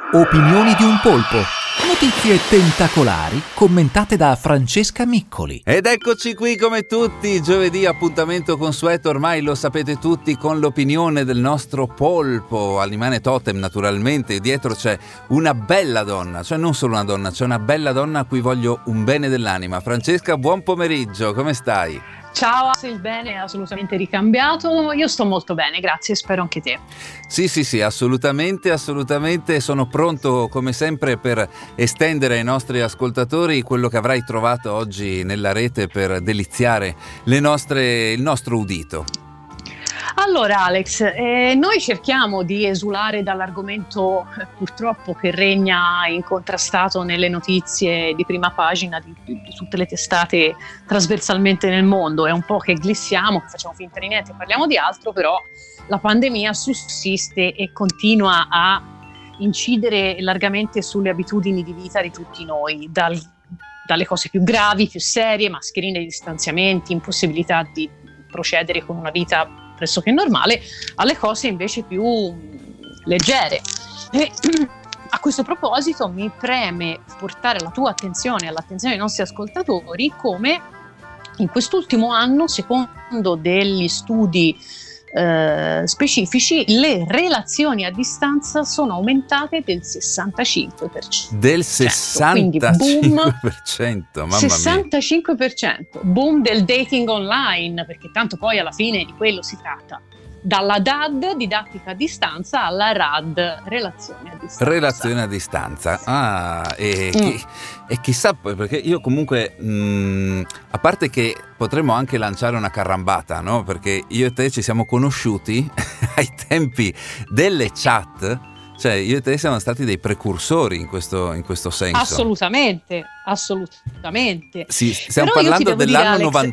Opinioni di un polpo. Notizie tentacolari commentate da Francesca Miccoli. Ed eccoci qui come tutti, giovedì appuntamento consueto, ormai lo sapete tutti, con l'opinione del nostro polpo, animale totem naturalmente. Dietro c'è una bella donna, cioè non solo una donna, c'è una bella donna a cui voglio un bene dell'anima. Francesca, buon pomeriggio, come stai? Ciao, il bene è assolutamente ricambiato, io sto molto bene, grazie, spero anche te. Sì, assolutamente, sono pronto come sempre per estendere ai nostri ascoltatori quello che avrai trovato oggi nella rete per deliziare il nostro udito. Allora Alex, noi cerchiamo di esulare dall'argomento purtroppo che regna incontrastato nelle notizie di prima pagina di tutte le testate trasversalmente nel mondo. È un po' che glissiamo, che facciamo finta di niente, parliamo di altro, però la pandemia sussiste e continua a incidere largamente sulle abitudini di vita di tutti noi, dalle cose più gravi, più serie, mascherine, distanziamenti, impossibilità di procedere con una vita pressoché normale, alle cose invece più leggere. E a questo proposito mi preme portare la tua attenzione, all'attenzione dei nostri ascoltatori, come in quest'ultimo anno, secondo degli studi specifici, le relazioni a distanza sono aumentate del 65%. Del 65%? Quindi boom, mamma 65%, boom del dating online, perché tanto poi alla fine di quello si tratta. Dalla DAD, didattica a distanza, alla RAD, relazione a distanza. Relazione a distanza. E chissà poi, perché io comunque, a parte che potremmo anche lanciare una carrambata, no? Perché io e te ci siamo conosciuti ai tempi delle chat. Cioè, io e te siamo stati dei precursori in questo senso. Assolutamente. Sì, stiamo parlando dell'anno dire, Alex,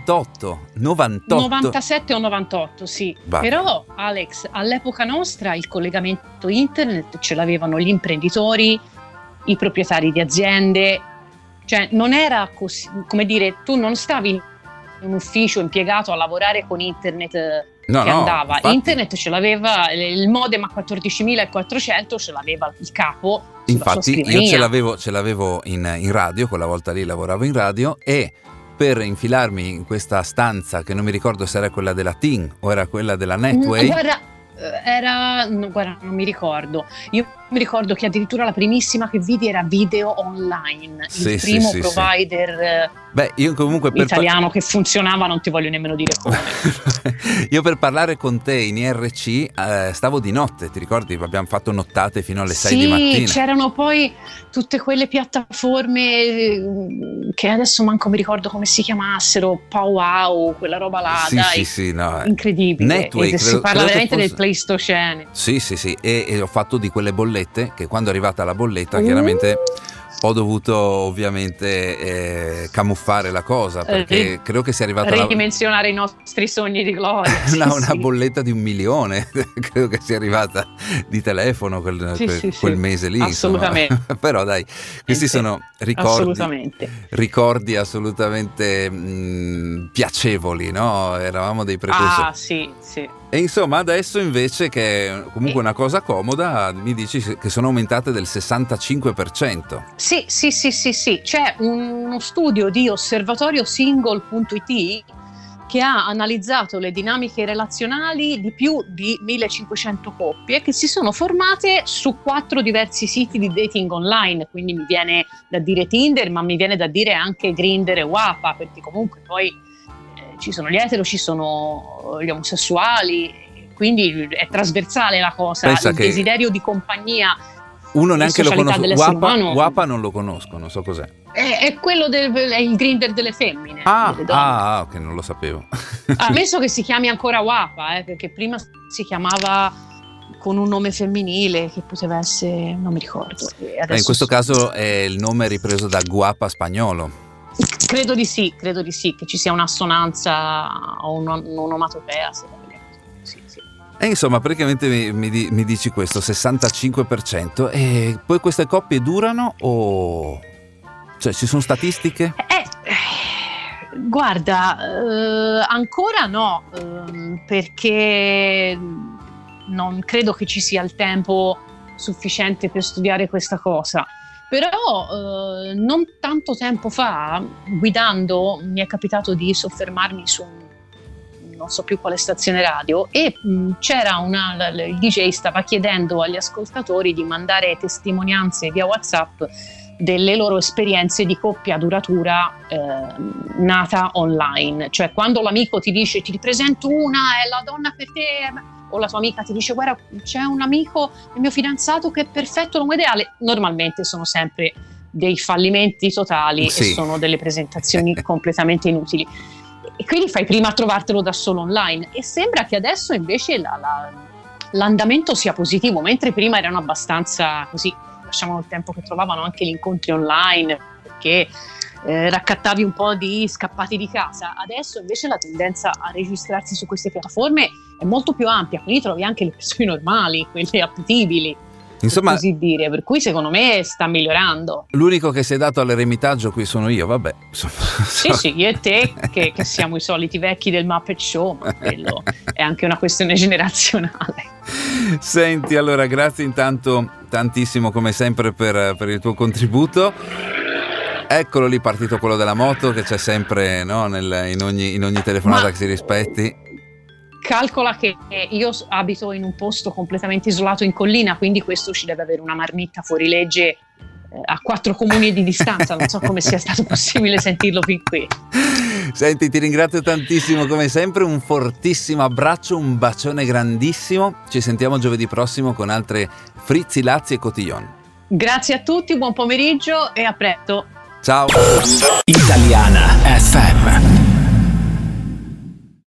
97 o 98, sì. Vabbè. Però, Alex, all'epoca nostra il collegamento internet ce l'avevano gli imprenditori, i proprietari di aziende. Cioè, non era così, come dire, tu non stavi in un ufficio impiegato a lavorare con internet. Andava. Infatti, internet ce l'aveva, il modem a 14.400 ce l'aveva il capo. Infatti io ce l'avevo in radio, quella volta lì lavoravo in radio, e per infilarmi in questa stanza, che non mi ricordo se era quella della TIN o era quella della Netway. Guarda, non mi ricordo. Io mi ricordo che addirittura la primissima che vidi era Video Online, il primo provider io comunque italiano che funzionava, non ti voglio nemmeno dire come. Io per parlare con te in IRC stavo di notte, ti ricordi? Abbiamo fatto nottate fino alle 6 di mattina. Sì, c'erano poi tutte quelle piattaforme che adesso manco mi ricordo come si chiamassero, Powwow, quella roba là, incredibile. Netway, si parla veramente del Pleistocene. Sì, e ho fatto di quelle bollette che quando è arrivata la bolletta chiaramente ho dovuto ovviamente camuffare la cosa, perché credo che sia arrivata ridimensionare i nostri sogni di gloria. una bolletta di 1 milione, credo che sia arrivata di telefono quel mese lì. Assolutamente. Però dai, questi sono ricordi assolutamente piacevoli, no? Eravamo dei precursori. Sì. E insomma adesso invece, che è comunque una cosa comoda, mi dici che sono aumentate del 65%. Sì. C'è uno studio di osservatoriosingle.it che ha analizzato le dinamiche relazionali di più di 1500 coppie che si sono formate su 4 diversi siti di dating online. Quindi mi viene da dire Tinder, ma mi viene da dire anche Grindr e Wapa, perché comunque poi ci sono gli etero, ci sono gli omosessuali, quindi è trasversale la cosa. Pensa il desiderio di compagnia. Uno neanche lo conosce. Wapa non lo conosco, non so cos'è. È quello è il Grindr delle femmine. Ok, non lo sapevo. Ammesso che si chiami ancora Wapa, perché prima si chiamava con un nome femminile che poteva essere, non mi ricordo. In questo caso è il nome ripreso da guapa spagnolo. Credo di sì, che ci sia un'assonanza o un'onomatopea, se la vogliamo. Sì. E insomma, praticamente mi dici questo 65%, e poi queste coppie durano o... Cioè, ci sono statistiche? Guarda, ancora no, perché non credo che ci sia il tempo sufficiente per studiare questa cosa. Però non tanto tempo fa, guidando, mi è capitato di soffermarmi su non so più quale stazione radio, e c'era il DJ stava chiedendo agli ascoltatori di mandare testimonianze via WhatsApp delle loro esperienze di coppia duratura nata online. Cioè, quando l'amico ti dice ti ripresento una, è la donna per te, o la tua amica ti dice guarda c'è un amico, il mio fidanzato che è perfetto, l'uomo ideale, normalmente sono sempre dei fallimenti totali, sì, e sono delle presentazioni completamente inutili, e quindi fai prima a trovartelo da solo online. E sembra che adesso invece l'andamento sia positivo, mentre prima erano abbastanza così, lasciavano il tempo che trovavano anche gli incontri online, perché raccattavi un po' di scappati di casa. Adesso invece la tendenza a registrarsi su queste piattaforme è molto più ampia, quindi trovi anche le persone normali, quelle appetibili, insomma, per così dire, per cui secondo me sta migliorando. L'unico che si è dato all'eremitaggio qui sono io, vabbè. Sì, io e te che siamo i soliti vecchi del Muppet Show, ma quello è anche una questione generazionale. Senti, allora grazie intanto tantissimo come sempre per il tuo contributo. Eccolo lì, partito quello della moto che c'è sempre, no, in ogni telefonata che si rispetti. Calcola che io abito in un posto completamente isolato in collina, quindi questo ci deve avere una marmitta fuori legge a 4 comuni di distanza. Non so come sia stato possibile sentirlo fin qui. Senti, ti ringrazio tantissimo come sempre, un fortissimo abbraccio, un bacione grandissimo. Ci sentiamo giovedì prossimo con altre Frizzi, Lazzi e Cotillon. Grazie a tutti, buon pomeriggio e a presto. Ciao. Italiana FM.